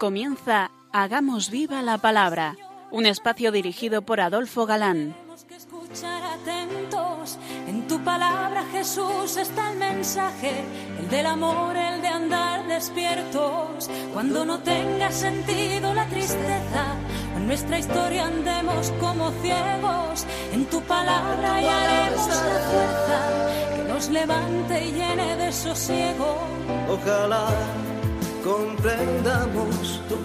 Comienza Hagamos Viva la Palabra, un espacio dirigido por Adolfo Galán. Tenemos que escuchar atentos. En tu palabra, Jesús, está el mensaje, el del amor, el de andar despiertos. Cuando no tenga sentido la tristeza, o en nuestra historia andemos como ciegos, en tu palabra hallaremos la fuerza que nos levante y llene de sosiego. Ojalá comprendamos tu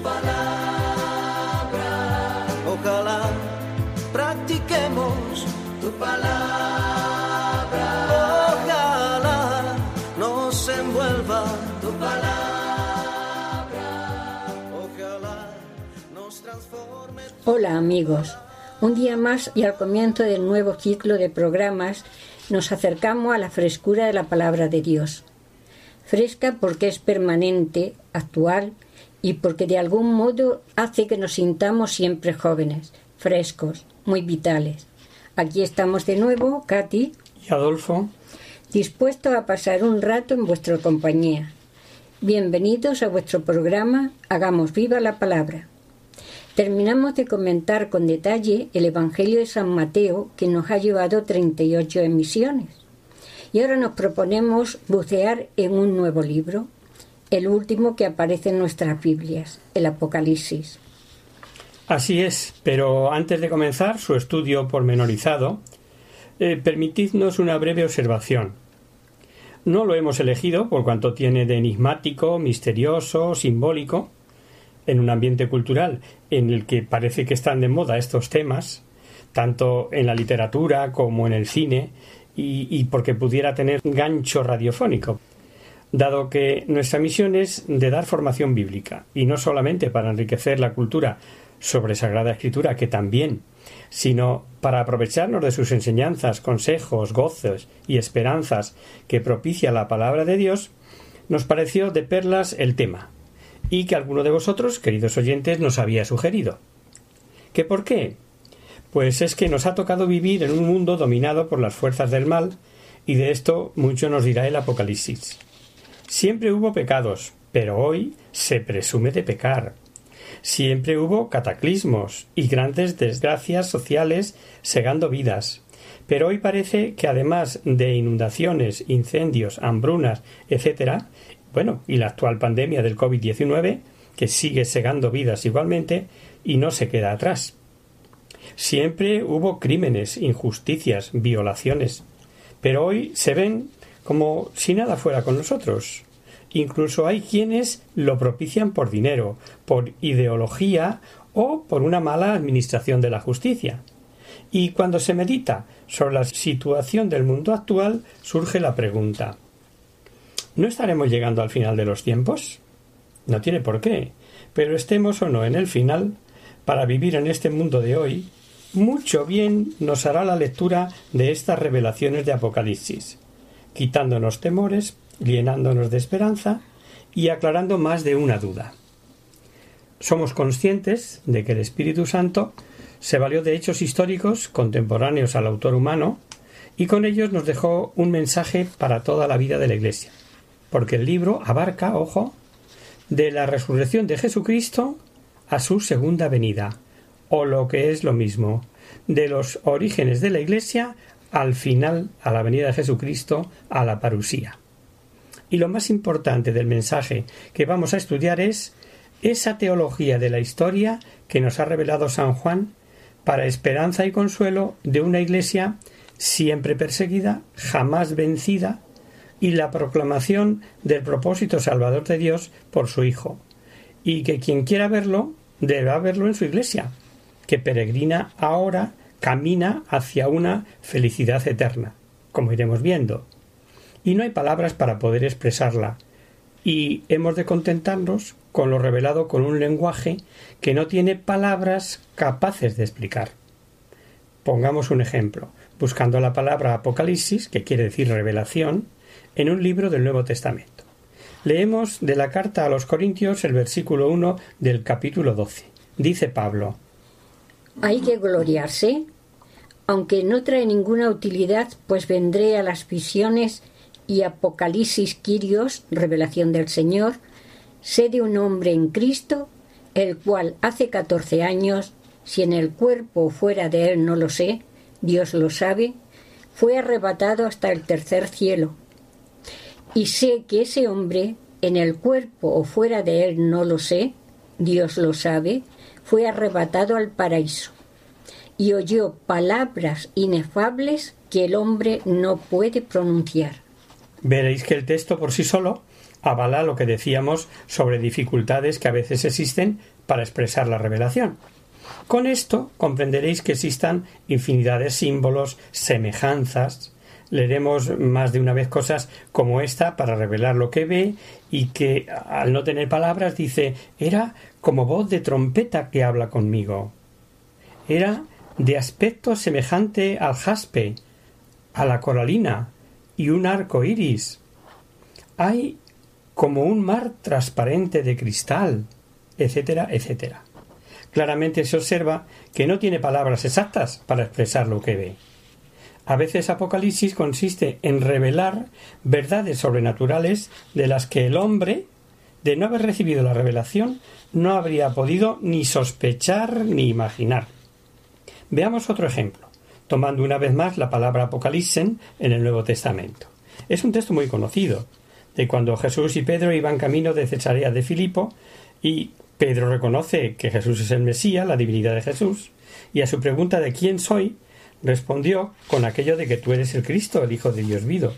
palabra, ojalá practiquemos tu palabra, ojalá nos envuelva tu palabra, ojalá nos transforme. Hola amigos, un día más y al comienzo del nuevo ciclo de programas nos acercamos a la frescura de la palabra de Dios. Fresca porque es permanente, actual y porque de algún modo hace que nos sintamos siempre jóvenes, frescos, muy vitales. Aquí estamos de nuevo, Katy y Adolfo, dispuestos a pasar un rato en vuestra compañía. Bienvenidos a vuestro programa Hagamos Viva la Palabra. Terminamos de comentar con detalle el Evangelio de San Mateo, que nos ha llevado 38 emisiones. Y ahora nos proponemos bucear en un nuevo libro, el último que aparece en nuestras Biblias, el Apocalipsis. Así es, pero antes de comenzar su estudio pormenorizado, permitidnos una breve observación. No lo hemos elegido por cuanto tiene de enigmático, misterioso, simbólico, en un ambiente cultural en el que parece que están de moda estos temas, tanto en la literatura como en el cine, y porque pudiera tener gancho radiofónico, dado que nuestra misión es de dar formación bíblica, y no solamente para enriquecer la cultura sobre Sagrada Escritura, que también, sino para aprovecharnos de sus enseñanzas, consejos, gozos y esperanzas que propicia la palabra de Dios, nos pareció de perlas el tema, y que alguno de vosotros, queridos oyentes, nos había sugerido. ¿Qué por qué? Pues es que nos ha tocado vivir en un mundo dominado por las fuerzas del mal, y de esto mucho nos dirá el Apocalipsis. Siempre hubo pecados, pero hoy se presume de pecar. Siempre hubo cataclismos y grandes desgracias sociales segando vidas. Pero hoy parece que además de inundaciones, incendios, hambrunas, etc., y la actual pandemia del COVID-19, que sigue segando vidas igualmente y no se queda atrás. Siempre hubo crímenes, injusticias, violaciones, pero hoy se ven como si nada fuera con nosotros. Incluso hay quienes lo propician por dinero, por ideología o por una mala administración de la justicia. Y cuando se medita sobre la situación del mundo actual, surge la pregunta: ¿no estaremos llegando al final de los tiempos? No tiene por qué, pero estemos o no en el final, para vivir en este mundo de hoy, mucho bien nos hará la lectura de estas revelaciones de Apocalipsis, quitándonos temores, llenándonos de esperanza y aclarando más de una duda. Somos conscientes de que el Espíritu Santo se valió de hechos históricos contemporáneos al autor humano y con ellos nos dejó un mensaje para toda la vida de la Iglesia, porque el libro abarca, ojo, de la resurrección de Jesucristo a su segunda venida, o lo que es lo mismo, de los orígenes de la Iglesia al final, a la venida de Jesucristo, a la parusía. Y lo más importante del mensaje que vamos a estudiar es esa teología de la historia que nos ha revelado San Juan para esperanza y consuelo de una Iglesia siempre perseguida, jamás vencida, y la proclamación del propósito salvador de Dios por su Hijo, y que quien quiera verlo deberá verlo en su Iglesia, que peregrina ahora, camina hacia una felicidad eterna, como iremos viendo. Y no hay palabras para poder expresarla, y hemos de contentarnos con lo revelado con un lenguaje que no tiene palabras capaces de explicar. Pongamos un ejemplo, buscando la palabra Apocalipsis, que quiere decir revelación, en un libro del Nuevo Testamento. Leemos de la carta a los Corintios el versículo 1 del capítulo 12. Dice Pablo: ¿hay que gloriarse? Aunque no trae ninguna utilidad, pues vendré a las visiones y Apocalipsis Kyrios, revelación del Señor, sé de un hombre en Cristo el cual hace 14 años, si en el cuerpo o fuera de él no lo sé, Dios lo sabe, fue arrebatado hasta el tercer cielo. Y sé que ese hombre, en el cuerpo o fuera de él no lo sé, Dios lo sabe, fue arrebatado al paraíso. Y oyó palabras inefables que el hombre no puede pronunciar. Veréis que el texto por sí solo avala lo que decíamos sobre dificultades que a veces existen para expresar la revelación. Con esto comprenderéis que existan infinidad de símbolos, semejanzas. Leeremos más de una vez cosas como esta para revelar lo que ve, y que al no tener palabras dice: era como voz de trompeta que habla conmigo. Era de aspecto semejante al jaspe, a la coralina y un arco iris. Hay como un mar transparente de cristal, etcétera, etcétera. Claramente se observa que no tiene palabras exactas para expresar lo que ve. A veces Apocalipsis consiste en revelar verdades sobrenaturales de las que el hombre, de no haber recibido la revelación, no habría podido ni sospechar ni imaginar. Veamos otro ejemplo, tomando una vez más la palabra Apocalipsen en el Nuevo Testamento. Es un texto muy conocido, de cuando Jesús y Pedro iban camino de Cesarea de Filipo, y Pedro reconoce que Jesús es el Mesías, la divinidad de Jesús, y a su pregunta de ¿quién soy?, respondió con aquello de que tú eres el Cristo, el Hijo de Dios vivo.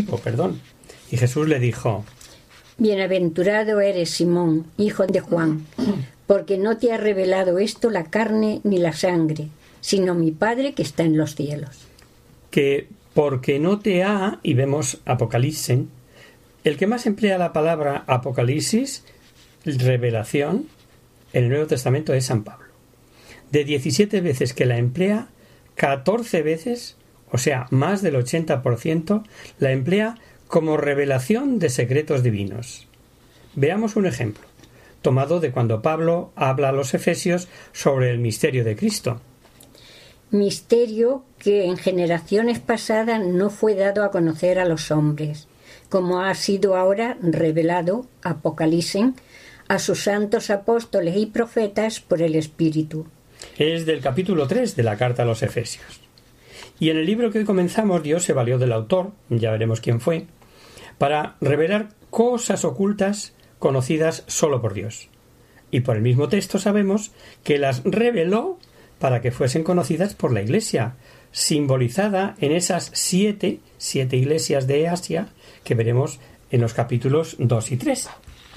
Y Jesús le dijo: Bienaventurado eres, Simón, hijo de Juan, porque no te ha revelado esto la carne ni la sangre, sino mi Padre que está en los cielos. Que porque no te ha, y vemos Apocalipsis, el que más emplea la palabra Apocalipsis, revelación, en el Nuevo Testamento es San Pablo. De 17 veces que la emplea, 14 veces, o sea, más del 80%, la emplea como revelación de secretos divinos. Veamos un ejemplo, tomado de cuando Pablo habla a los efesios sobre el misterio de Cristo. Misterio que en generaciones pasadas no fue dado a conocer a los hombres, como ha sido ahora revelado, Apocalipsis, a sus santos apóstoles y profetas por el Espíritu. Es del capítulo 3 de la carta a los Efesios. Y en el libro que hoy comenzamos, Dios se valió del autor, ya veremos quién fue, para revelar cosas ocultas conocidas solo por Dios. Y por el mismo texto sabemos que las reveló para que fuesen conocidas por la Iglesia, simbolizada en esas siete iglesias de Asia que veremos en los capítulos 2 y 3.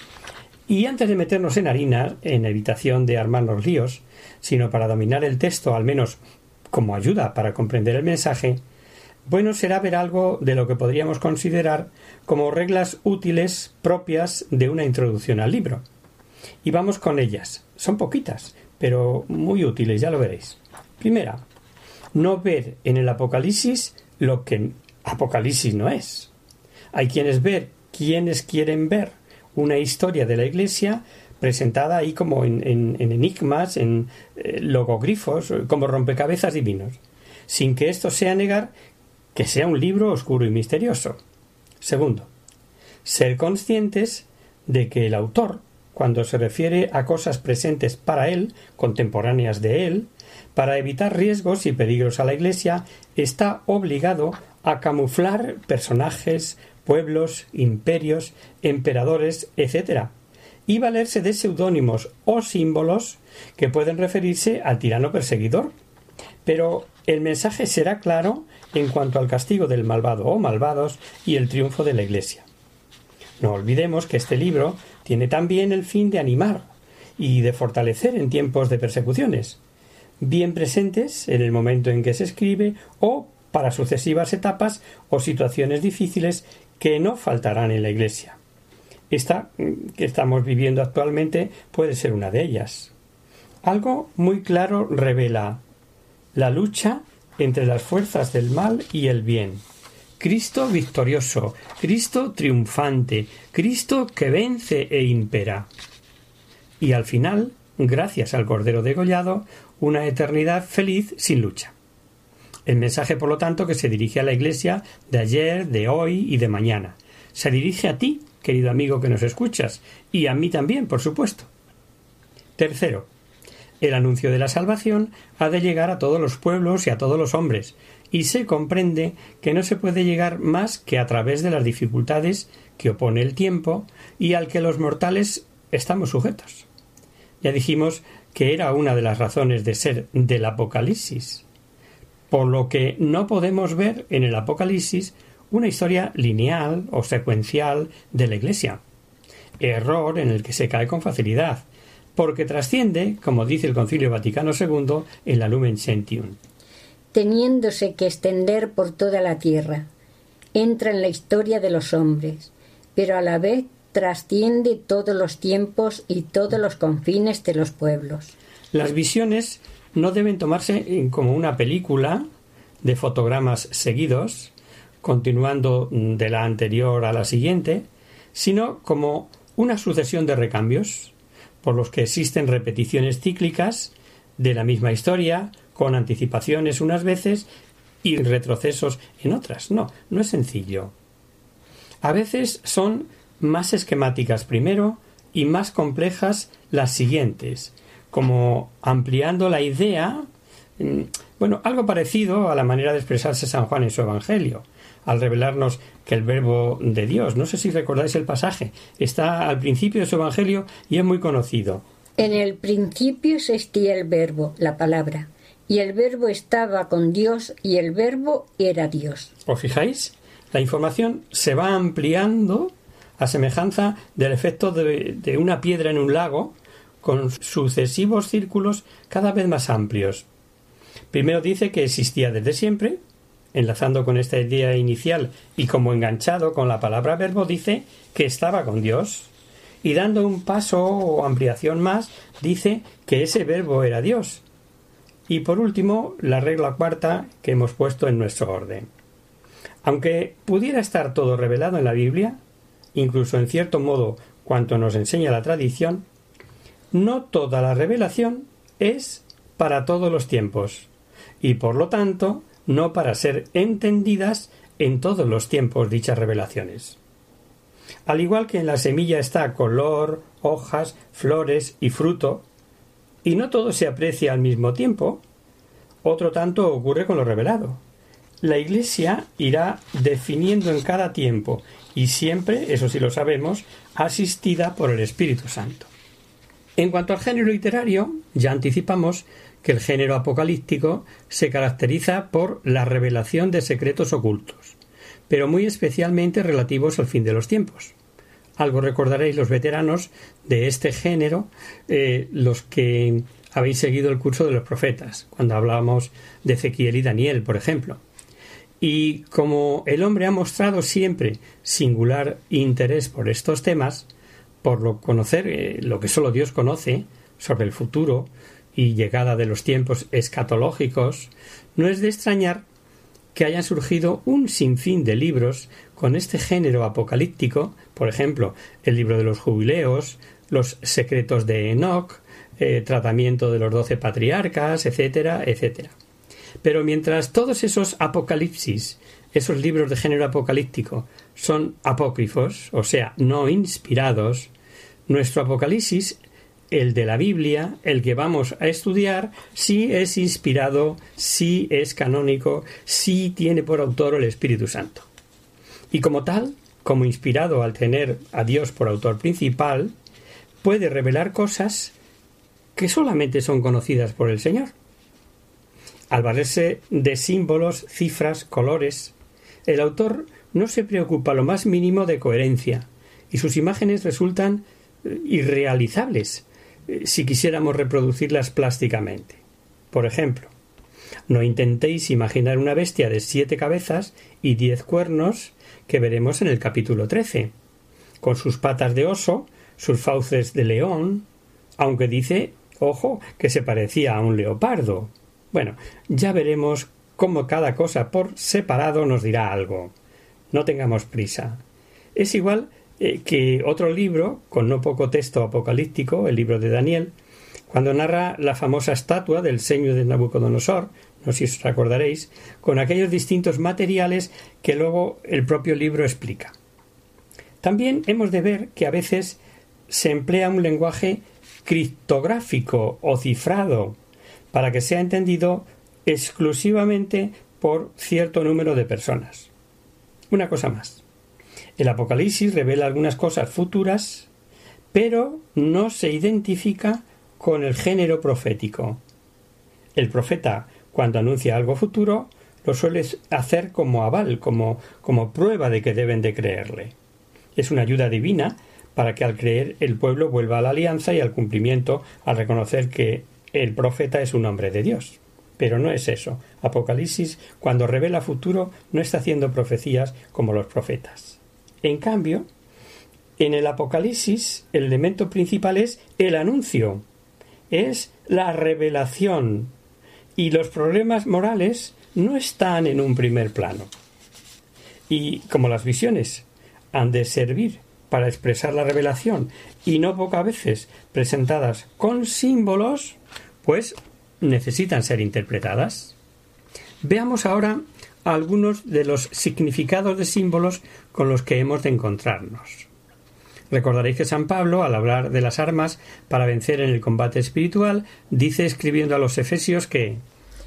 Y antes de meternos en harina, en evitación de armarnos líos, sino para dominar el texto, al menos como ayuda para comprender el mensaje, bueno será ver algo de lo que podríamos considerar como reglas útiles propias de una introducción al libro. Y vamos con ellas. Son poquitas, pero muy útiles, ya lo veréis. Primera, no ver en el Apocalipsis lo que Apocalipsis no es. Hay quienes quieren ver una historia de la Iglesia presentada ahí como en enigmas, en logogrifos, como rompecabezas divinos, sin que esto sea negar que sea un libro oscuro y misterioso. Segundo, ser conscientes de que el autor, cuando se refiere a cosas presentes para él, contemporáneas de él, para evitar riesgos y peligros a la Iglesia, está obligado a camuflar personajes, pueblos, imperios, emperadores, etc., y valerse de seudónimos o símbolos que pueden referirse al tirano perseguidor. Pero el mensaje será claro en cuanto al castigo del malvado o malvados y el triunfo de la Iglesia. No olvidemos que este libro tiene también el fin de animar y de fortalecer en tiempos de persecuciones, bien presentes en el momento en que se escribe o para sucesivas etapas o situaciones difíciles que no faltarán en la Iglesia. Esta que estamos viviendo actualmente puede ser una de ellas. Algo muy claro revela la lucha entre las fuerzas del mal y el bien. Cristo victorioso, Cristo triunfante, Cristo que vence e impera. Y al final, gracias al Cordero degollado, una eternidad feliz sin lucha. El mensaje, por lo tanto, que se dirige a la Iglesia de ayer, de hoy y de mañana. Se dirige a ti, querido amigo que nos escuchas, y a mí también, por supuesto. Tercero, el anuncio de la salvación ha de llegar a todos los pueblos y a todos los hombres, y se comprende que no se puede llegar más que a través de las dificultades que opone el tiempo y al que los mortales estamos sujetos. Ya dijimos que era una de las razones de ser del Apocalipsis, por lo que no podemos ver en el Apocalipsis una historia lineal o secuencial de la Iglesia, error en el que se cae con facilidad, porque trasciende, como dice el Concilio Vaticano II, en la Lumen Gentium. Teniéndose que extender por toda la tierra, entra en la historia de los hombres, pero a la vez trasciende todos los tiempos y todos los confines de los pueblos. Las visiones no deben tomarse como una película de fotogramas seguidos, continuando de la anterior a la siguiente, sino como una sucesión de recambios, por los que existen repeticiones cíclicas de la misma historia, con anticipaciones unas veces y retrocesos en otras. No es sencillo. A veces son más esquemáticas primero y más complejas las siguientes, como ampliando la idea, algo parecido a la manera de expresarse San Juan en su Evangelio, al revelarnos que el Verbo de Dios, no sé si recordáis el pasaje, está al principio de su Evangelio y es muy conocido. En el principio existía el Verbo, la palabra, y el Verbo estaba con Dios y el Verbo era Dios. ¿Os fijáis? La información se va ampliando a semejanza del efecto de una piedra en un lago, con sucesivos círculos cada vez más amplios. Primero dice que existía desde siempre, enlazando con esta idea inicial y como enganchado con la palabra verbo, dice que estaba con Dios, y dando un paso o ampliación más, dice que ese verbo era Dios. Y por último, la regla cuarta que hemos puesto en nuestro orden. Aunque pudiera estar todo revelado en la Biblia, incluso en cierto modo cuanto nos enseña la tradición, no toda la revelación es para todos los tiempos, y por lo tanto no para ser entendidas en todos los tiempos dichas revelaciones. Al igual que en la semilla está color, hojas, flores y fruto, y no todo se aprecia al mismo tiempo, otro tanto ocurre con lo revelado. La Iglesia irá definiendo en cada tiempo, y siempre, eso sí lo sabemos, asistida por el Espíritu Santo. En cuanto al género literario, ya anticipamos que el género apocalíptico se caracteriza por la revelación de secretos ocultos, pero muy especialmente relativos al fin de los tiempos. Algo recordaréis los veteranos de este género, los que habéis seguido el curso de los profetas, cuando hablábamos de Ezequiel y Daniel, por ejemplo. Y como el hombre ha mostrado siempre singular interés por estos temas, por conocer lo que solo Dios conoce sobre el futuro y llegada de los tiempos escatológicos, no es de extrañar que hayan surgido un sinfín de libros con este género apocalíptico, por ejemplo, el libro de los jubileos, los secretos de Enoc, tratamiento de los 12 patriarcas, etcétera, etcétera. Pero mientras todos esos apocalipsis, esos libros de género apocalíptico, son apócrifos, o sea, no inspirados, nuestro Apocalipsis, el de la Biblia, el que vamos a estudiar, sí es inspirado, sí es canónico, sí tiene por autor el Espíritu Santo. Y como tal, como inspirado al tener a Dios por autor principal, puede revelar cosas que solamente son conocidas por el Señor. Al valerse de símbolos, cifras, colores, el autor no se preocupa lo más mínimo de coherencia, y sus imágenes resultan irrealizables si quisiéramos reproducirlas plásticamente. Por ejemplo, no intentéis imaginar una bestia de 7 cabezas y 10 cuernos que veremos en el capítulo 13, con sus patas de oso, sus fauces de león, aunque dice, ojo, que se parecía a un leopardo. Bueno, ya veremos cómo cada cosa por separado nos dirá algo. No tengamos prisa. Es igual que otro libro, con no poco texto apocalíptico, el libro de Daniel, cuando narra la famosa estatua del seño de Nabucodonosor, no sé si os acordaréis, con aquellos distintos materiales que luego el propio libro explica. También hemos de ver que a veces se emplea un lenguaje criptográfico o cifrado para que sea entendido exclusivamente por cierto número de personas. Una cosa más. El Apocalipsis revela algunas cosas futuras, pero no se identifica con el género profético. El profeta, cuando anuncia algo futuro, lo suele hacer como aval, como prueba de que deben de creerle. Es una ayuda divina para que al creer el pueblo vuelva a la alianza y al cumplimiento al reconocer que el profeta es un hombre de Dios. Pero no es eso. Apocalipsis, cuando revela futuro, no está haciendo profecías como los profetas. En cambio, en el Apocalipsis el elemento principal es el anuncio, es la revelación, y los problemas morales no están en un primer plano. Y como las visiones han de servir para expresar la revelación y no pocas veces presentadas con símbolos, pues necesitan ser interpretadas. Veamos ahora algunos de los significados de símbolos con los que hemos de encontrarnos. Recordaréis que San Pablo, al hablar de las armas para vencer en el combate espiritual, dice escribiendo a los Efesios que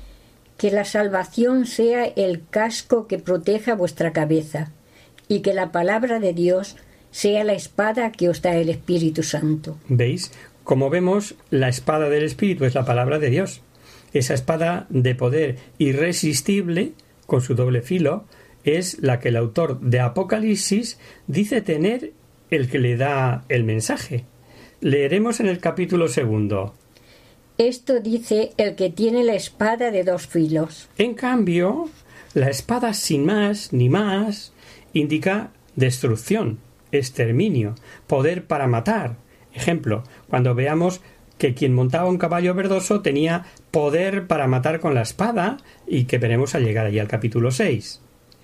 la salvación sea el casco que proteja vuestra cabeza, y que la palabra de Dios sea la espada que os da el Espíritu Santo. ¿Veis? Como vemos, la espada del Espíritu es la palabra de Dios. Esa espada de poder irresistible, con su doble filo, es la que el autor de Apocalipsis dice tener el que le da el mensaje. Leeremos en el capítulo 2. Esto dice el que tiene la espada de 2 filos. En cambio, la espada sin más ni más indica destrucción, exterminio, poder para matar. Ejemplo, cuando veamos que quien montaba un caballo verdoso tenía poder para matar con la espada, y que veremos al llegar allí al capítulo 6.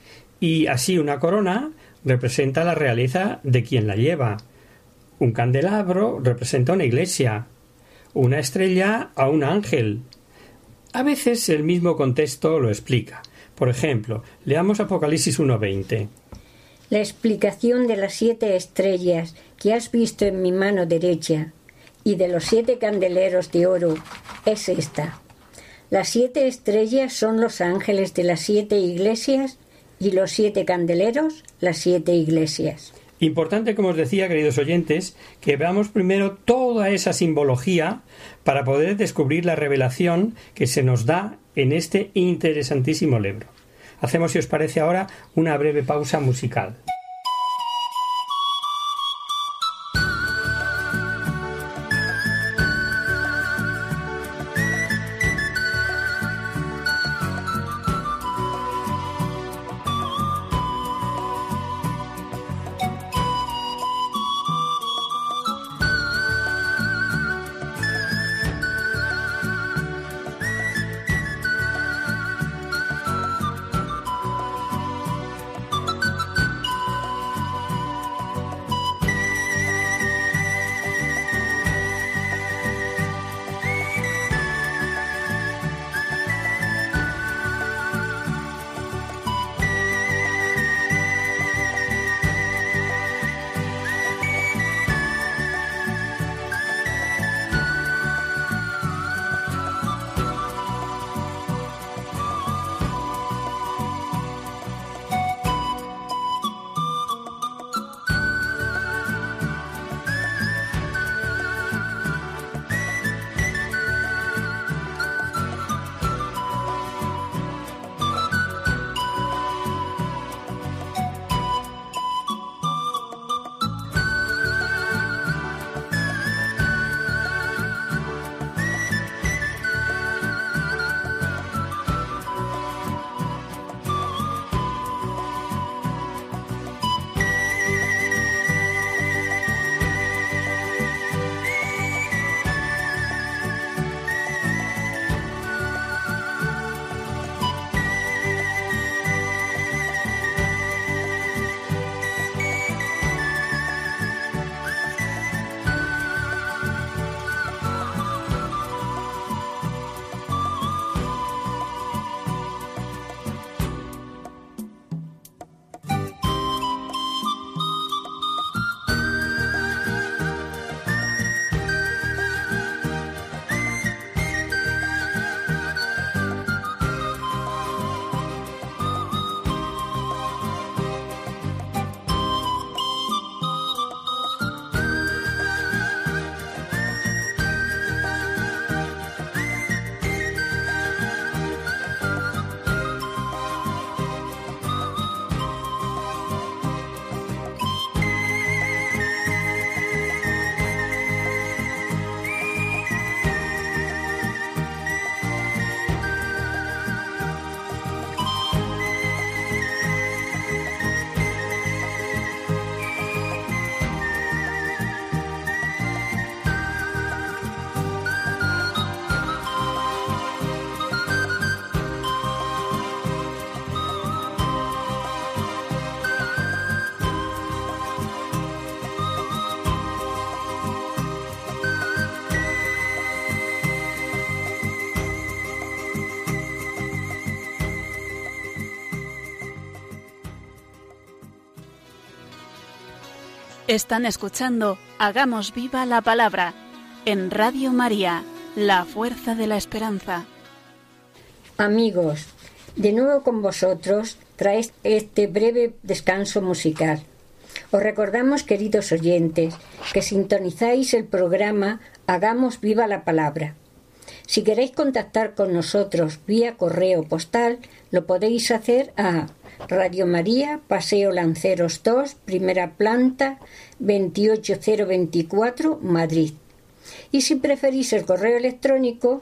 Y así una corona representa la realeza de quien la lleva. Un candelabro representa una iglesia. Una estrella a un ángel. A veces el mismo contexto lo explica. Por ejemplo, leamos Apocalipsis 1:20. La explicación de las 7 estrellas que has visto en mi mano derecha y de los 7 candeleros de oro es esta. Las 7 estrellas son los ángeles de las 7 iglesias y los 7 candeleros las 7 iglesias. Importante, como os decía, queridos oyentes, que veamos primero toda esa simbología para poder descubrir la revelación que se nos da en este interesantísimo libro. Hacemos, si os parece ahora, una breve pausa musical. Están escuchando Hagamos Viva la Palabra en Radio María, la fuerza de la esperanza. Amigos, de nuevo con vosotros traes este breve descanso musical. Os recordamos, queridos oyentes, que sintonizáis el programa Hagamos Viva la Palabra. Si queréis contactar con nosotros vía correo postal, lo podéis hacer a Radio María, Paseo Lanceros 2, primera planta, 28024, Madrid. Y si preferís el correo electrónico,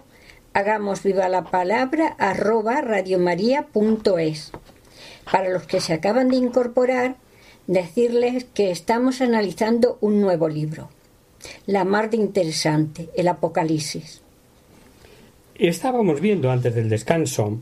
hagamosvivalapalabra@radiomaria.es. Para los que se acaban de incorporar, decirles que estamos analizando un nuevo libro, la mar de interesante, el Apocalipsis. Estábamos viendo antes del descanso,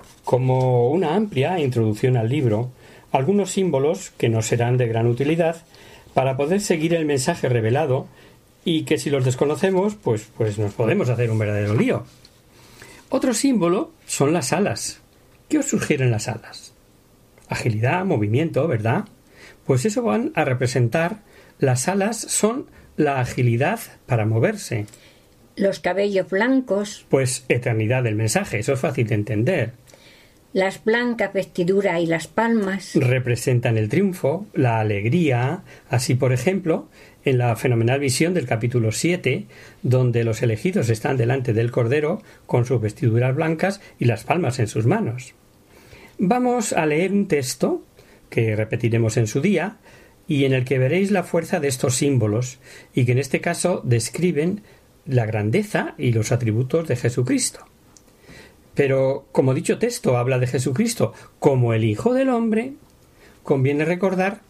como una amplia introducción al libro, algunos símbolos que nos serán de gran utilidad para poder seguir el mensaje revelado y que si los desconocemos, pues nos podemos hacer un verdadero lío. Otro símbolo son las alas. ¿Qué os sugieren las alas? Agilidad, movimiento, ¿verdad? Pues eso van a representar, las alas son la agilidad para moverse. Los cabellos blancos. Pues eternidad del mensaje, eso es fácil de entender. Las blancas vestiduras y las palmas representan el triunfo, la alegría. Así, por ejemplo, en la fenomenal visión del capítulo 7, donde los elegidos están delante del Cordero con sus vestiduras blancas y las palmas en sus manos. Vamos a leer un texto que repetiremos en su día y en el que veréis la fuerza de estos símbolos y que en este caso describen la grandeza y los atributos de Jesucristo. Pero, como dicho texto habla de Jesucristo como el Hijo del Hombre, conviene recordar,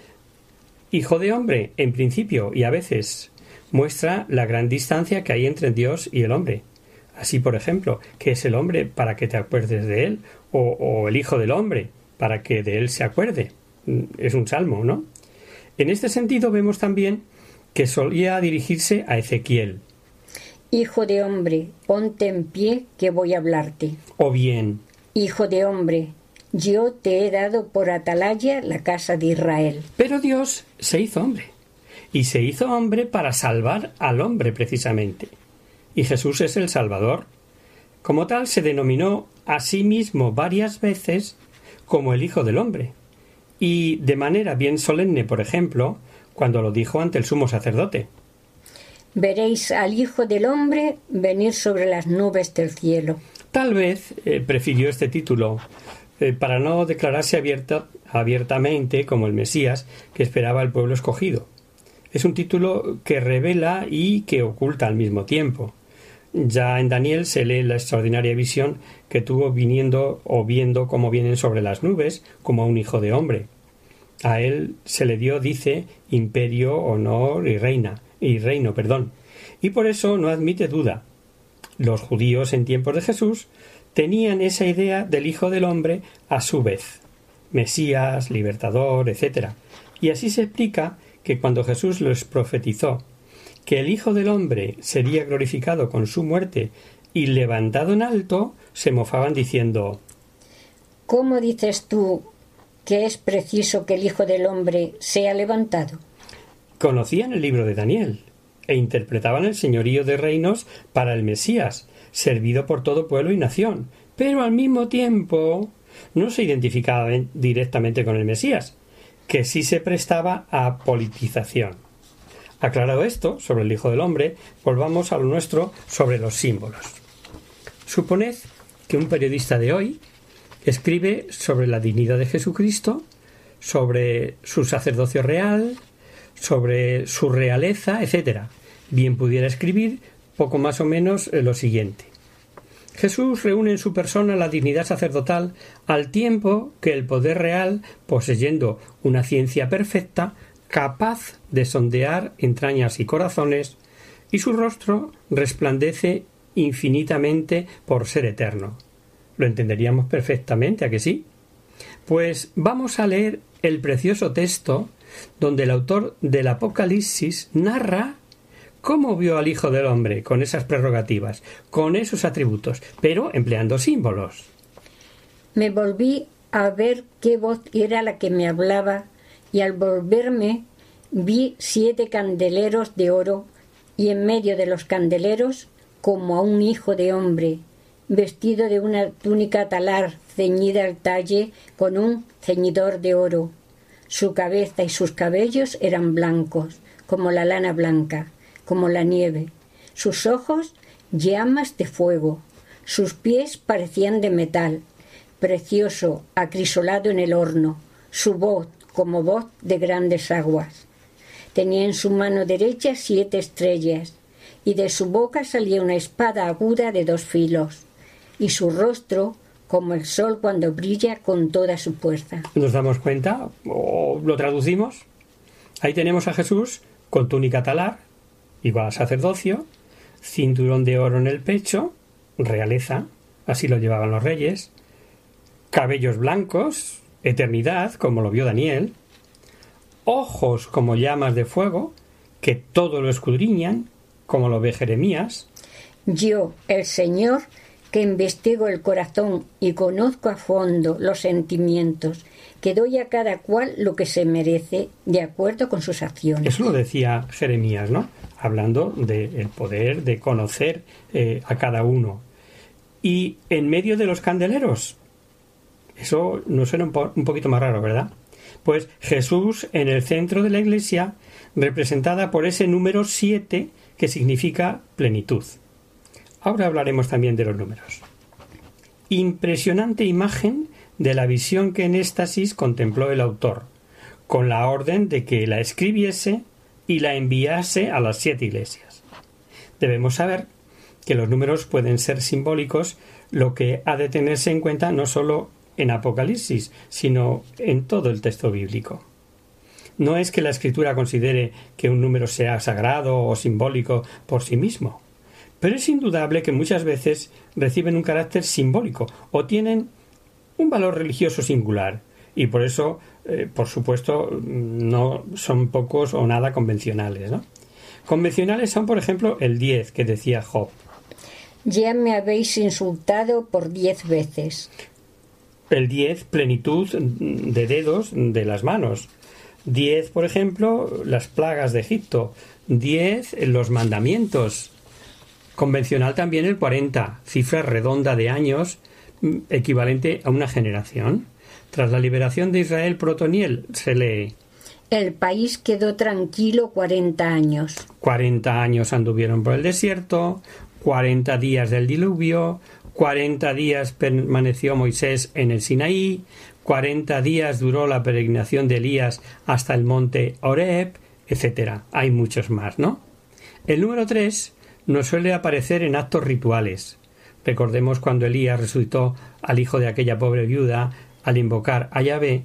Hijo de Hombre, en principio y a veces, muestra la gran distancia que hay entre Dios y el hombre. Así, por ejemplo, ¿qué es el hombre para que te acuerdes de él? O el Hijo del Hombre, para que de él se acuerde. Es un salmo, ¿no? En este sentido vemos también que solía dirigirse a Ezequiel. Hijo de hombre, ponte en pie que voy a hablarte. O bien, Hijo de hombre, yo te he dado por atalaya la casa de Israel. Pero Dios se hizo hombre. Y se hizo hombre para salvar al hombre precisamente. Y Jesús es el Salvador. Como tal se denominó a sí mismo varias veces como el Hijo del Hombre. Y de manera bien solemne, por ejemplo, cuando lo dijo ante el sumo sacerdote. Veréis al Hijo del Hombre venir sobre las nubes del cielo. Tal vez prefirió este título para no declararse abiertamente como el Mesías que esperaba el pueblo escogido. Es un título que revela y que oculta al mismo tiempo. Ya en Daniel se lee la extraordinaria visión que tuvo viendo cómo vienen sobre las nubes como un hijo de hombre. A él se le dio, dice, imperio, honor y reino. Y por eso no admite duda. Los judíos en tiempos de Jesús tenían esa idea del Hijo del Hombre a su vez. Mesías, libertador, etc. Y así se explica que cuando Jesús les profetizó que el Hijo del Hombre sería glorificado con su muerte y levantado en alto, se mofaban diciendo: ¿Cómo dices tú que es preciso que el Hijo del Hombre sea levantado? Conocían el libro de Daniel e interpretaban el señorío de reinos para el Mesías, servido por todo pueblo y nación, pero al mismo tiempo no se identificaban directamente con el Mesías, que sí se prestaba a politización. Aclarado esto sobre el Hijo del Hombre, volvamos a lo nuestro sobre los símbolos. Suponed que un periodista de hoy escribe sobre la dignidad de Jesucristo, sobre su sacerdocio real, sobre su realeza, etc. Bien pudiera escribir poco más o menos lo siguiente: Jesús reúne en su persona la dignidad sacerdotal al tiempo que el poder real, poseyendo una ciencia perfecta, capaz de sondear entrañas y corazones, y su rostro resplandece infinitamente por ser eterno. Lo entenderíamos perfectamente, ¿a que sí? Pues vamos a leer el precioso texto donde el autor del Apocalipsis narra cómo vio al Hijo del Hombre con esas prerrogativas, con esos atributos, pero empleando símbolos. Me volví a ver qué voz era la que me hablaba, y al volverme vi 7 candeleros de oro, y en medio de los candeleros, como a un hijo de hombre, vestido de una túnica talar ceñida al talle con un ceñidor de oro. Su cabeza y sus cabellos eran blancos, como la lana blanca, como la nieve. Sus ojos, llamas de fuego. Sus pies parecían de metal, precioso, acrisolado en el horno. Su voz, como voz de grandes aguas. Tenía en su mano derecha 7 estrellas, y de su boca salía una espada aguda de 2 filos, y su rostro como el sol cuando brilla con toda su fuerza. ¿Nos damos cuenta? ¿O lo traducimos? Ahí tenemos a Jesús con túnica talar, igual a sacerdocio, cinturón de oro en el pecho, realeza, así lo llevaban los reyes, cabellos blancos, eternidad, como lo vio Daniel, ojos como llamas de fuego, que todo lo escudriñan, como lo ve Jeremías. Yo, el Señor, que investigo el corazón y conozco a fondo los sentimientos, que doy a cada cual lo que se merece de acuerdo con sus acciones. Eso lo decía Jeremías, ¿no? Hablando del poder de conocer a cada uno. Y en medio de los candeleros, eso nos suena un poquito más raro, ¿verdad? Pues Jesús en el centro de la iglesia, representada por ese número 7 que significa plenitud. Ahora hablaremos también de los números. Impresionante imagen de la visión que en éxtasis contempló el autor, con la orden de que la escribiese y la enviase a las 7 iglesias. Debemos saber que los números pueden ser simbólicos, lo que ha de tenerse en cuenta no solo en Apocalipsis, sino en todo el texto bíblico. No es que la Escritura considere que un número sea sagrado o simbólico por sí mismo, pero es indudable que muchas veces reciben un carácter simbólico o tienen un valor religioso singular, y por eso, por supuesto, no son pocos o nada convencionales, ¿no? Convencionales son, por ejemplo, el 10, que decía Job. Ya me habéis insultado por 10 veces. El 10, plenitud de dedos de las manos. 10, por ejemplo, las plagas de Egipto. 10, los mandamientos. Convencional también el 40, cifra redonda de años, equivalente a una generación. Tras la liberación de Israel por Otoniel, se lee: el país quedó tranquilo 40 años. 40 años anduvieron por el desierto, 40 días del diluvio, 40 días permaneció Moisés en el Sinaí, 40 días duró la peregrinación de Elías hasta el monte Horeb, etc. Hay muchos más, ¿no? El número 3 nos suele aparecer en actos rituales. Recordemos cuando Elías resucitó al hijo de aquella pobre viuda al invocar a Yahvé.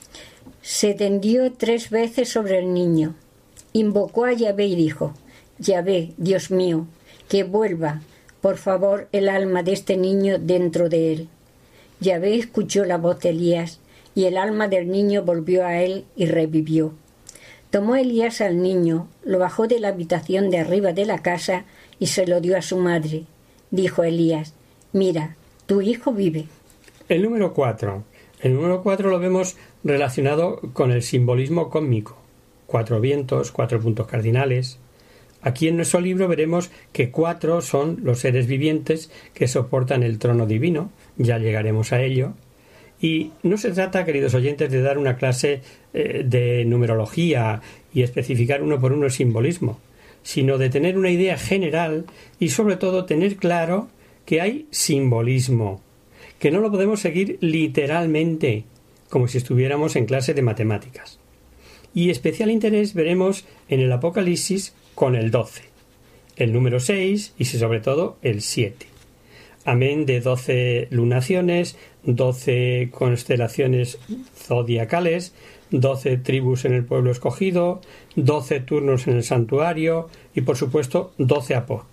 Se tendió 3 veces sobre el niño, invocó a Yahvé y dijo: Yahvé, Dios mío, que vuelva, por favor, el alma de este niño dentro de él. Yahvé escuchó la voz de Elías, y el alma del niño volvió a él y revivió. Tomó Elías al niño, lo bajó de la habitación de arriba de la casa y se lo dio a su madre. Dijo Elías: mira, tu hijo vive. El número 4. El número 4 lo vemos relacionado con el simbolismo cósmico. 4 vientos, 4 puntos cardinales. Aquí en nuestro libro veremos que 4 son los seres vivientes que soportan el trono divino. Ya llegaremos a ello. Y no se trata, queridos oyentes, de dar una clase de numerología y especificar uno por uno el simbolismo, sino de tener una idea general y sobre todo tener claro que hay simbolismo, que no lo podemos seguir literalmente, como si estuviéramos en clase de matemáticas. Y especial interés veremos en el Apocalipsis con el 12, el número 6 y sobre todo el 7. Amén de 12 lunaciones, 12 constelaciones zodiacales, 12 tribus en el pueblo escogido, 12 turnos en el santuario y, por supuesto, 12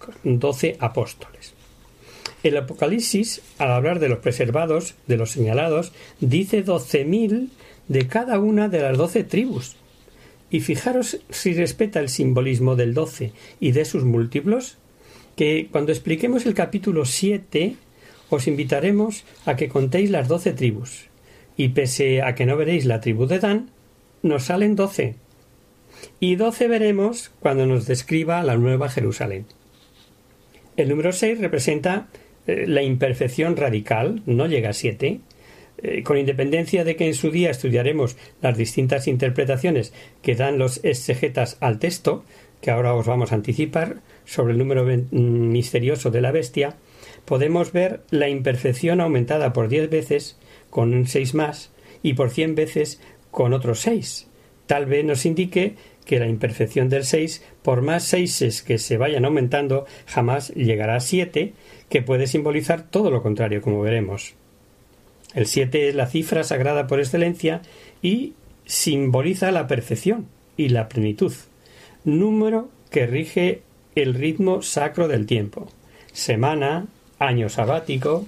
apóstoles. El Apocalipsis, al hablar de los preservados, de los señalados, dice 12.000 de cada una de las 12 tribus. Y fijaros si respeta el simbolismo del 12 y de sus múltiplos, que cuando expliquemos el capítulo 7 os invitaremos a que contéis las 12 tribus. Y pese a que no veréis la tribu de Dan, nos salen 12. y 12 veremos cuando nos describa la Nueva Jerusalén. El número 6 representa la imperfección radical, no llega a 7, con independencia de que en su día estudiaremos las distintas interpretaciones que dan los exegetas al texto, que ahora os vamos a anticipar, sobre el número misterioso de la bestia, podemos ver la imperfección aumentada por 10 veces con un 6 más y por 100 veces con otros 6. Tal vez nos indique que la imperfección del 6, por más 6 que se vayan aumentando, jamás llegará a 7, que puede simbolizar todo lo contrario, como veremos. El 7 es la cifra sagrada por excelencia y simboliza la perfección y la plenitud, número que rige el ritmo sacro del tiempo. Semana, año sabático.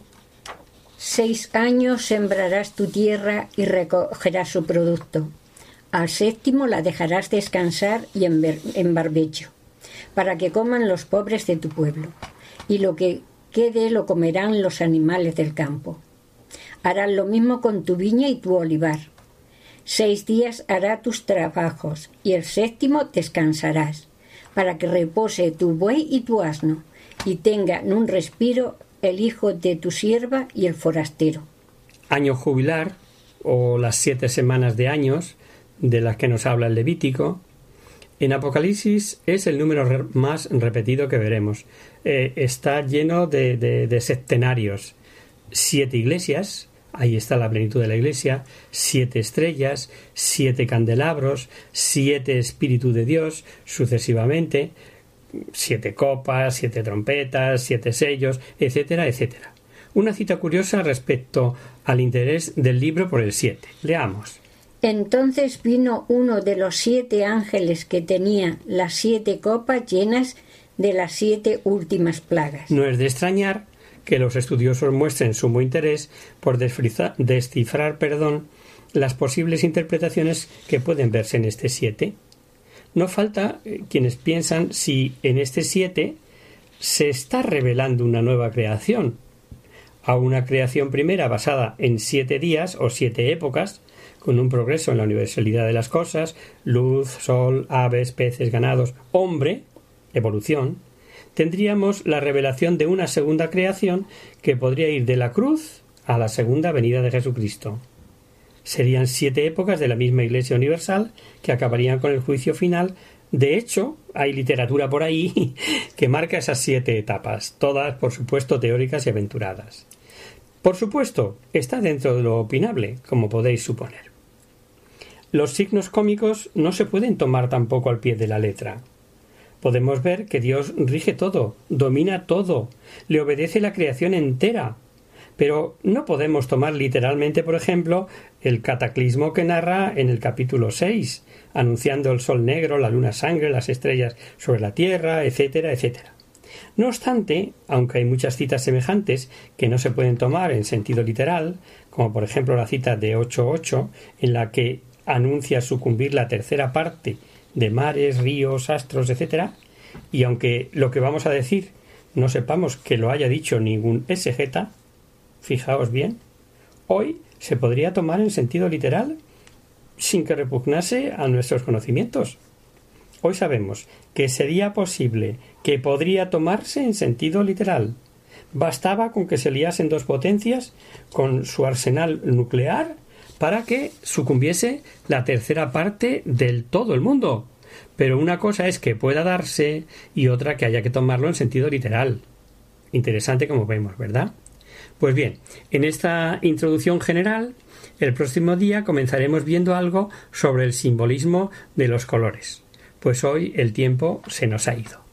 6 años sembrarás tu tierra y recogerás su producto. Al 7º la dejarás descansar y en barbecho, para que coman los pobres de tu pueblo, y lo que quede lo comerán los animales del campo. Harás lo mismo con tu viña y tu olivar. 6 días hará tus trabajos, y el 7º descansarás, para que repose tu buey y tu asno, y tengan un respiro el hijo de tu sierva y el forastero. Año jubilar, o las 7 semanas de años, de las que nos habla el Levítico. En Apocalipsis es el número más repetido que veremos. Está lleno de septenarios. 7 iglesias, ahí está la plenitud de la iglesia, 7 estrellas, 7 candelabros, 7 Espíritu de Dios, sucesivamente, 7 copas, 7 trompetas, 7 sellos, etcétera, etcétera. Una cita curiosa respecto al interés del libro por el 7. Leamos. Entonces vino uno de los 7 ángeles que tenía las 7 copas llenas de las 7 últimas plagas. No es de extrañar que los estudiosos muestren sumo interés por descifrar las posibles interpretaciones que pueden verse en este 7. No falta quienes piensan si en este 7 se está revelando una nueva creación, a una creación primera basada en 7 días o 7 épocas, con un progreso en la universalidad de las cosas, luz, sol, aves, peces, ganados, hombre, evolución. Tendríamos la revelación de una segunda creación que podría ir de la cruz a la segunda venida de Jesucristo. Serían 7 épocas de la misma Iglesia Universal que acabarían con el juicio final. De hecho, hay literatura por ahí que marca esas 7 etapas, todas, por supuesto, teóricas y aventuradas. Por supuesto, está dentro de lo opinable, como podéis suponer. Los signos cómicos no se pueden tomar tampoco al pie de la letra. Podemos ver que Dios rige todo, domina todo, le obedece la creación entera. Pero no podemos tomar literalmente, por ejemplo, el cataclismo que narra en el capítulo 6, anunciando el sol negro, la luna sangre, las estrellas sobre la tierra, etcétera, etcétera. No obstante, aunque hay muchas citas semejantes que no se pueden tomar en sentido literal, como por ejemplo la cita de 8.8, en la que anuncia sucumbir la tercera parte de mares, ríos, astros, etcétera, y aunque lo que vamos a decir no sepamos que lo haya dicho ningún exegeta, fijaos bien, hoy se podría tomar en sentido literal sin que repugnase a nuestros conocimientos. Hoy sabemos que sería posible, que podría tomarse en sentido literal. Bastaba con que se liasen 2 potencias con su arsenal nuclear para que sucumbiese la tercera parte del todo el mundo. Pero una cosa es que pueda darse y otra que haya que tomarlo en sentido literal. Interesante como vemos, ¿verdad? Pues bien, en esta introducción general, el próximo día comenzaremos viendo algo sobre el simbolismo de los colores, pues hoy el tiempo se nos ha ido.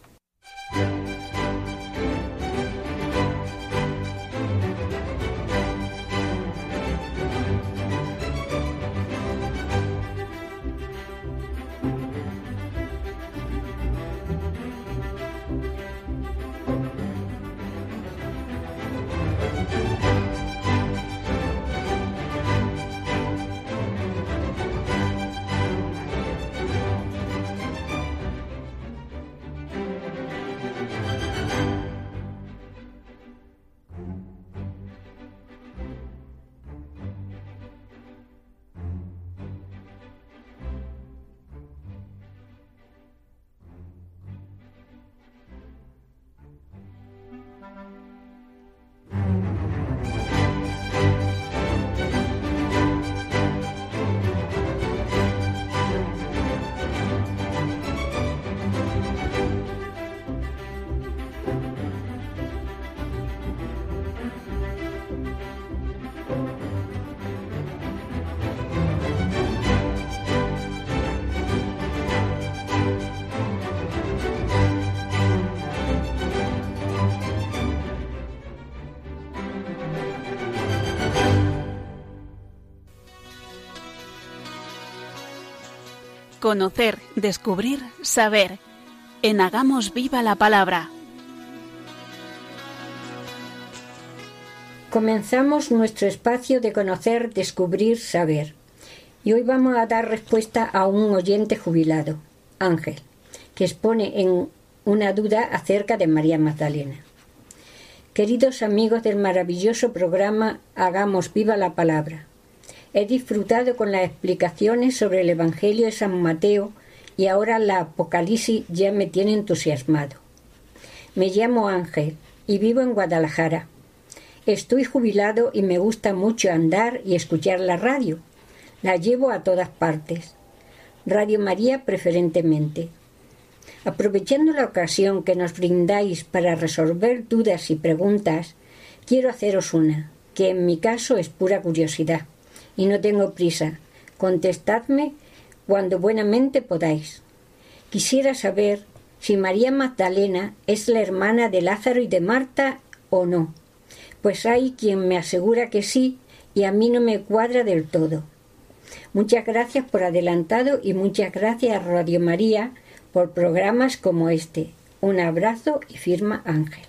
Conocer, descubrir, saber. En Hagamos Viva la Palabra. Comenzamos nuestro espacio de conocer, descubrir, saber. Y hoy vamos a dar respuesta a un oyente jubilado, Ángel, que expone en una duda acerca de María Magdalena. Queridos amigos del maravilloso programa Hagamos Viva la Palabra, he disfrutado con las explicaciones sobre el Evangelio de San Mateo y ahora la Apocalipsis ya me tiene entusiasmado. Me llamo Ángel y vivo en Guadalajara. Estoy jubilado y me gusta mucho andar y escuchar la radio. La llevo a todas partes. Radio María preferentemente. Aprovechando la ocasión que nos brindáis para resolver dudas y preguntas, quiero haceros una, que en mi caso es pura curiosidad. Y no tengo prisa. Contestadme cuando buenamente podáis. Quisiera saber si María Magdalena es la hermana de Lázaro y de Marta o no. Pues hay quien me asegura que sí y a mí no me cuadra del todo. Muchas gracias por adelantado y muchas gracias a Radio María por programas como este. Un abrazo y firma Ángel.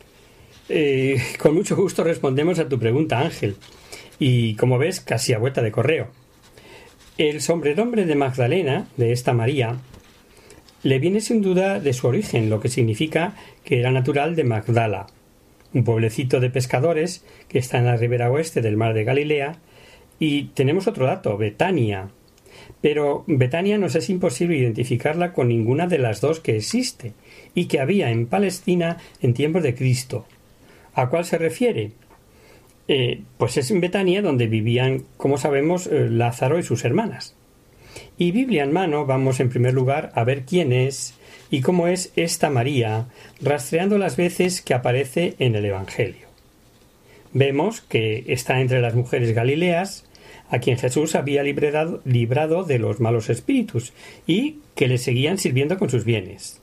Con mucho gusto respondemos a tu pregunta, Ángel. Y como ves, casi a vuelta de correo. El sobrenombre de Magdalena, de esta María, le viene sin duda de su origen, lo que significa que era natural de Magdala, un pueblecito de pescadores que está en la ribera oeste del mar de Galilea. Y tenemos otro dato, Betania. Pero Betania nos es imposible identificarla con ninguna de las dos que existe y que había en Palestina en tiempos de Cristo. ¿A cuál se refiere? Pues es en Betania donde vivían, como sabemos, Lázaro y sus hermanas. Y Biblia en mano vamos en primer lugar a ver quién es y cómo es esta María, rastreando las veces que aparece en el Evangelio. Vemos que está entre las mujeres galileas, a quien Jesús había librado de los malos espíritus y que le seguían sirviendo con sus bienes.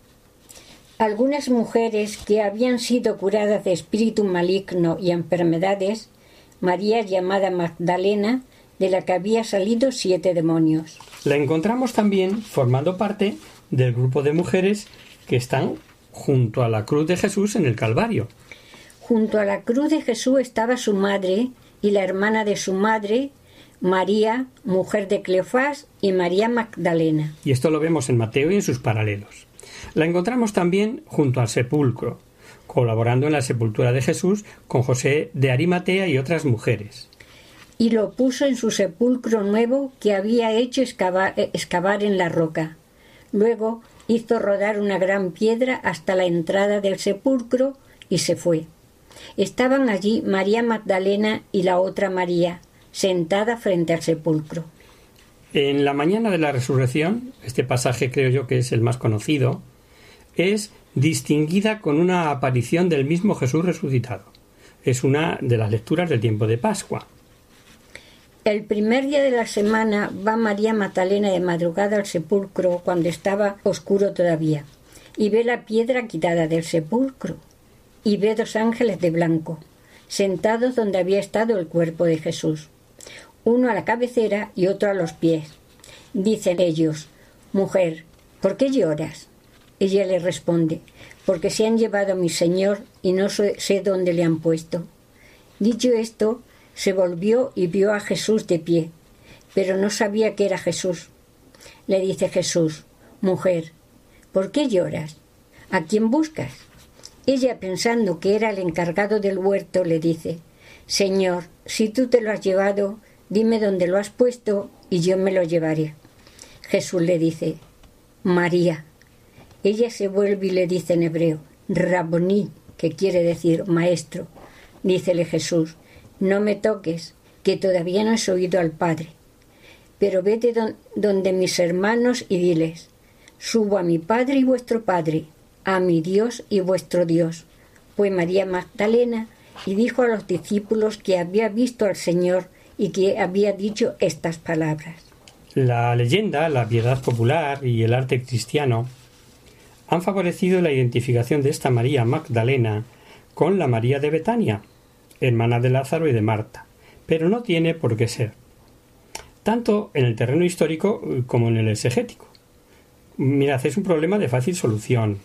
Algunas mujeres que habían sido curadas de espíritu maligno y enfermedades, María llamada Magdalena, de la que había salido 7 demonios. La encontramos también formando parte del grupo de mujeres que están junto a la cruz de Jesús en el Calvario. Junto a la cruz de Jesús estaba su madre y la hermana de su madre, María, mujer de Cleofás, y María Magdalena. Y esto lo vemos en Mateo y en sus paralelos. La encontramos también junto al sepulcro, colaborando en la sepultura de Jesús con José de Arimatea y otras mujeres. Y lo puso en su sepulcro nuevo que había hecho excavar en la roca. Luego hizo rodar una gran piedra hasta la entrada del sepulcro y se fue. Estaban allí María Magdalena y la otra María, sentada frente al sepulcro. En la mañana de la resurrección, este pasaje creo yo que es el más conocido, es distinguida con una aparición del mismo Jesús resucitado. Es una de las lecturas del tiempo de Pascua. El primer día de la semana va María Magdalena de madrugada al sepulcro cuando estaba oscuro todavía y ve la piedra quitada del sepulcro y ve 2 ángeles de blanco sentados donde había estado el cuerpo de Jesús, uno a la cabecera y otro a los pies. Dicen ellos: «Mujer, ¿por qué lloras?». Ella le responde: «Porque se han llevado a mi Señor y no sé dónde le han puesto». Dicho esto, se volvió y vio a Jesús de pie, pero no sabía que era Jesús. Le dice Jesús: «Mujer, ¿por qué lloras? ¿A quién buscas?». Ella, pensando que era el encargado del huerto, le dice: «Señor, si tú te lo has llevado, dime dónde lo has puesto y yo me lo llevaré». Jesús le dice: «María». Ella se vuelve y le dice en hebreo: «Raboní», que quiere decir maestro. Dícele Jesús: «No me toques, que todavía no has oído al Padre. Pero vete donde mis hermanos y diles: subo a mi Padre y vuestro Padre, a mi Dios y vuestro Dios». Fue María Magdalena y dijo a los discípulos que había visto al Señor y que había dicho estas palabras. La leyenda, la piedad popular y el arte cristiano han favorecido la identificación de esta María Magdalena con la María de Betania, hermana de Lázaro y de Marta, pero no tiene por qué ser. tanto en el terreno histórico como en el exegético. Mirad, es un problema de fácil solución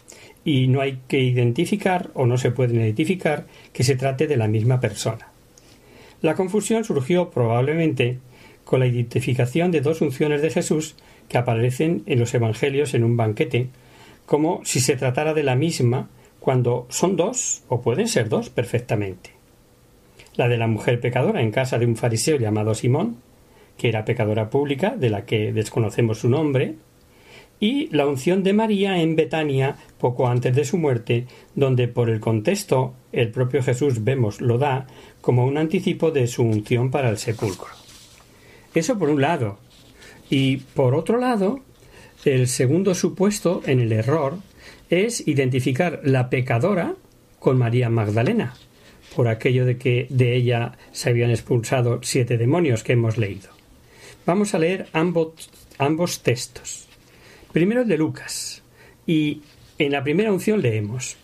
y no hay que identificar o no se puede identificar que se trate de la misma persona. La confusión surgió probablemente con la identificación de dos unciones de Jesús que aparecen en los evangelios en un banquete, como si se tratara de la misma, cuando son dos o pueden ser dos perfectamente. La de la mujer pecadora en casa de un fariseo llamado Simón, que era pecadora pública, de la que desconocemos su nombre, y la unción de María en Betania poco antes de su muerte, donde por el contexto el propio Jesús vemos lo da como un anticipo de su unción para el sepulcro. Eso por un lado. Y por otro lado, el segundo supuesto en el error es identificar la pecadora con María Magdalena, por aquello de que de ella se habían expulsado 7 demonios que hemos leído. Vamos a leer ambos textos. Primero el de Lucas, y en la primera unción leemos: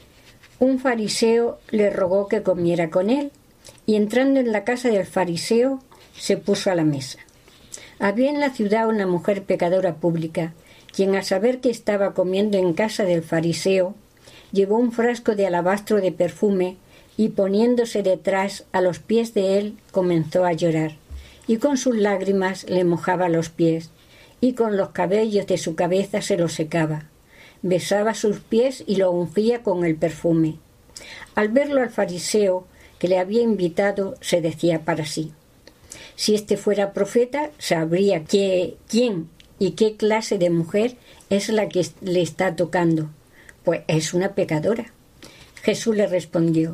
Un fariseo le rogó que comiera con él, y entrando en la casa del fariseo, se puso a la mesa. Había en la ciudad una mujer pecadora pública, quien al saber que estaba comiendo en casa del fariseo, llevó un frasco de alabastro de perfume y poniéndose detrás a los pies de él comenzó a llorar, y con sus lágrimas le mojaba los pies, y con los cabellos de su cabeza se los secaba. Besaba sus pies y lo ungía con el perfume. Al verlo al fariseo que le había invitado, se decía para sí: si este fuera profeta, sabría quién y qué clase de mujer es la que le está tocando, pues es una pecadora. Jesús le respondió: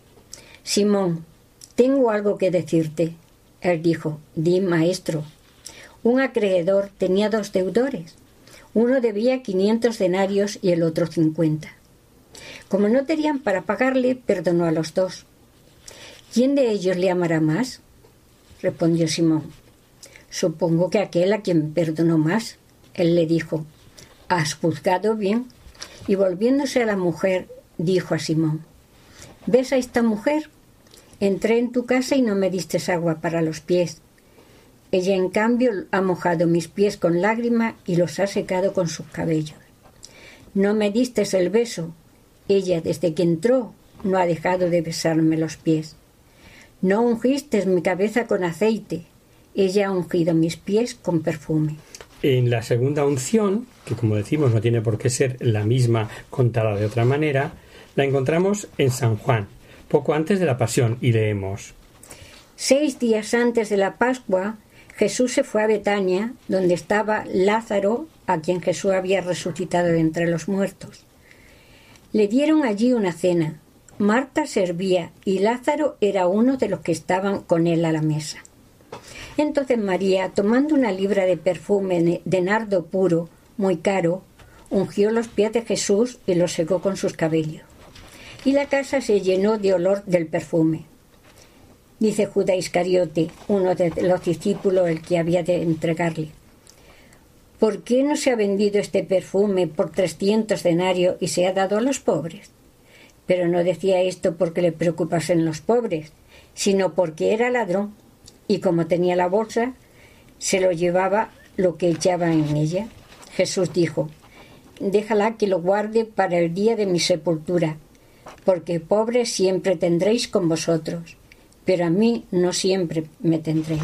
Simón, tengo algo que decirte. Él dijo: di, maestro. Un acreedor tenía 2 deudores. Uno debía 500 denarios y el otro 50. Como no tenían para pagarle, perdonó a los 2. ¿Quién de ellos le amará más? Respondió Simón: supongo que aquel a quien perdonó más. Él le dijo: has juzgado bien. Y volviéndose a la mujer, dijo a Simón: ¿ves a esta mujer? Entré en tu casa y no me diste agua para los pies. Ella, en cambio, ha mojado mis pies con lágrimas y los ha secado con sus cabellos. No me diste el beso. Ella, desde que entró, no ha dejado de besarme los pies. No ungiste mi cabeza con aceite. Ella ha ungido mis pies con perfume. En la segunda unción, que como decimos no tiene por qué ser la misma contada de otra manera, la encontramos en San Juan, poco antes de la Pasión, y leemos: 6 días antes de la Pascua, Jesús se fue a Betania, donde estaba Lázaro, a quien Jesús había resucitado de entre los muertos. Le dieron allí una cena. Marta servía y Lázaro era uno de los que estaban con él a la mesa. Entonces María, tomando una libra de perfume de nardo puro, muy caro, ungió los pies de Jesús y los secó con sus cabellos. Y la casa se llenó de olor del perfume. Dice Judas Iscariote, uno de los discípulos, el que había de entregarle: ¿por qué no se ha vendido este perfume por 300 denarios y se ha dado a los pobres? Pero no decía esto porque le preocupasen los pobres, sino porque era ladrón, y como tenía la bolsa, se lo llevaba lo que echaba en ella. Jesús dijo: déjala que lo guarde para el día de mi sepultura, porque pobres siempre tendréis con vosotros, pero a mí no siempre me tendréis.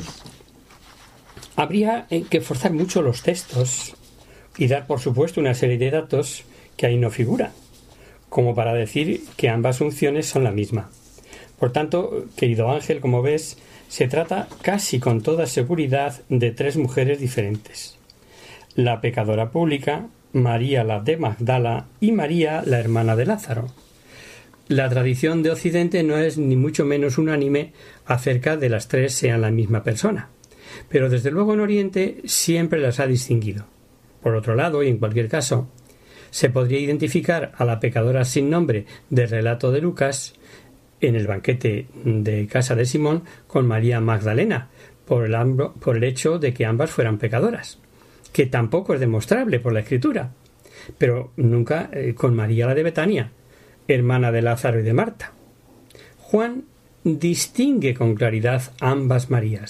Habría que forzar mucho los textos y dar, por supuesto, una serie de datos que ahí no figuran, como para decir que ambas unciones son la misma. Por tanto, querido Ángel, como ves, se trata casi con toda seguridad de 3 mujeres diferentes: la pecadora pública, María la de Magdala y María la hermana de Lázaro. La tradición de Occidente no es ni mucho menos unánime acerca de las 3 sean la misma persona, pero desde luego en Oriente siempre las ha distinguido. Por otro lado, y en cualquier caso, se podría identificar a la pecadora sin nombre del relato de Lucas en el banquete de casa de Simón con María Magdalena, por el hecho de que ambas fueran pecadoras, que tampoco es demostrable por la Escritura, pero nunca con María la de Betania, hermana de Lázaro y de Marta. Juan distingue con claridad ambas Marías,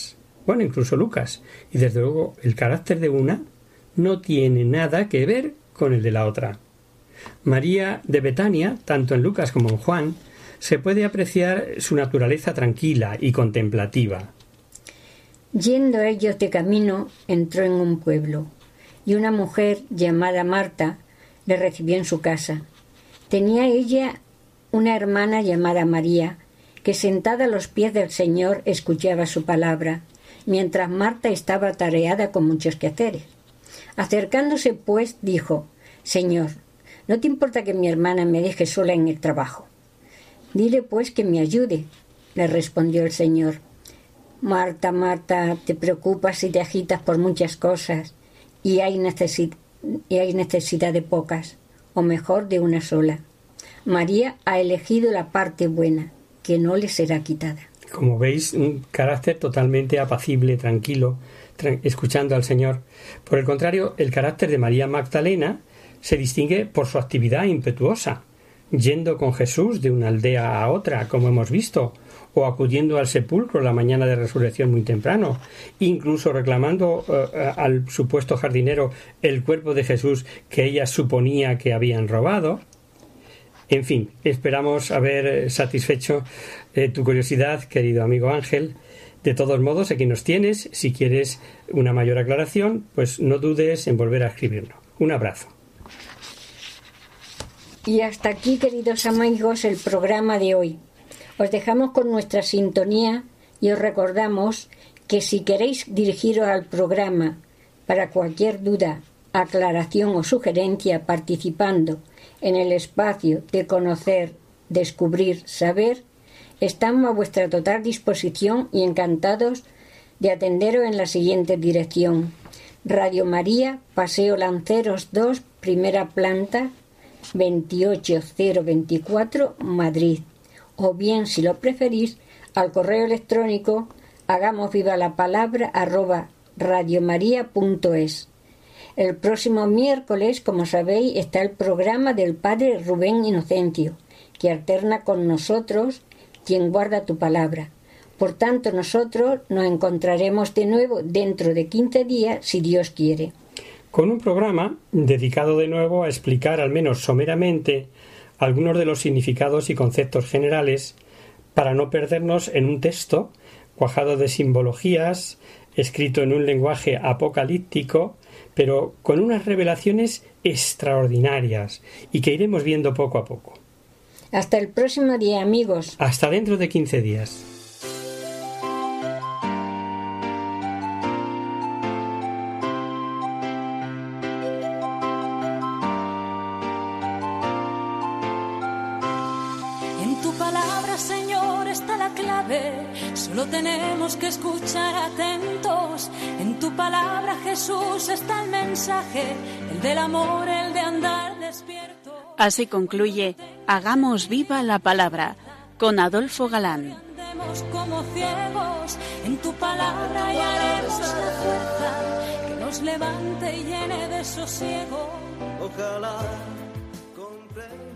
bueno, incluso Lucas, y desde luego el carácter de una no tiene nada que ver con el de la otra. María de Betania, tanto en Lucas como en Juan, se puede apreciar su naturaleza tranquila y contemplativa. Yendo ellos de camino, entró en un pueblo, y una mujer llamada Marta le recibió en su casa. Tenía ella una hermana llamada María, que sentada a los pies del Señor escuchaba su palabra, mientras Marta estaba atareada con muchos quehaceres. Acercándose, pues, dijo: Señor, ¿no te importa que mi hermana me deje sola en el trabajo? Dile, pues, que me ayude, le respondió el Señor. Marta, Marta, te preocupas y te agitas por muchas cosas, y hay necesidad de pocas, o mejor, de una sola. María ha elegido la parte buena, que no le será quitada. Como veis, un carácter totalmente apacible, tranquilo, escuchando al Señor. Por el contrario, el carácter de María Magdalena se distingue por su actividad impetuosa, yendo con Jesús de una aldea a otra, como hemos visto, o acudiendo al sepulcro la mañana de resurrección muy temprano, incluso reclamando al supuesto jardinero el cuerpo de Jesús que ella suponía que habían robado. En fin, esperamos haber satisfecho tu curiosidad, querido amigo Ángel. De todos modos, aquí nos tienes. Si quieres una mayor aclaración, pues no dudes en volver a escribirnos. Un abrazo. Y hasta aquí, queridos amigos, el programa de hoy. Os dejamos con nuestra sintonía y os recordamos que si queréis dirigiros al programa para cualquier duda, aclaración o sugerencia participando en el espacio de conocer, descubrir, saber, estamos a vuestra total disposición y encantados de atenderos en la siguiente dirección: Radio María, Paseo Lanceros 2, primera planta, 28024, Madrid. O bien, si lo preferís, al correo electrónico hagamosvivalapalabra@radiomaria.es. El próximo miércoles, como sabéis, está el programa del Padre Rubén Inocencio, que alterna con nosotros Quien guarda tu palabra. Por tanto, nosotros nos encontraremos de nuevo dentro de 15 días, si Dios quiere. Con un programa dedicado de nuevo a explicar, al menos someramente, algunos de los significados y conceptos generales, para no perdernos en un texto cuajado de simbologías, escrito en un lenguaje apocalíptico, pero con unas revelaciones extraordinarias y que iremos viendo poco a poco. Hasta el próximo día, amigos. Hasta dentro de 15 días. En tu palabra, Señor, está la clave. Solo tenemos que escuchar atentos. En tu palabra, Jesús, está el mensaje, el del amor, el de andar despierto. Así concluye Hagamos viva la palabra, con Adolfo Galán. Andemos como ciegos, en tu palabra hallaremos la fuerza que nos levante y llene de sosiego. Ojalá comprenda.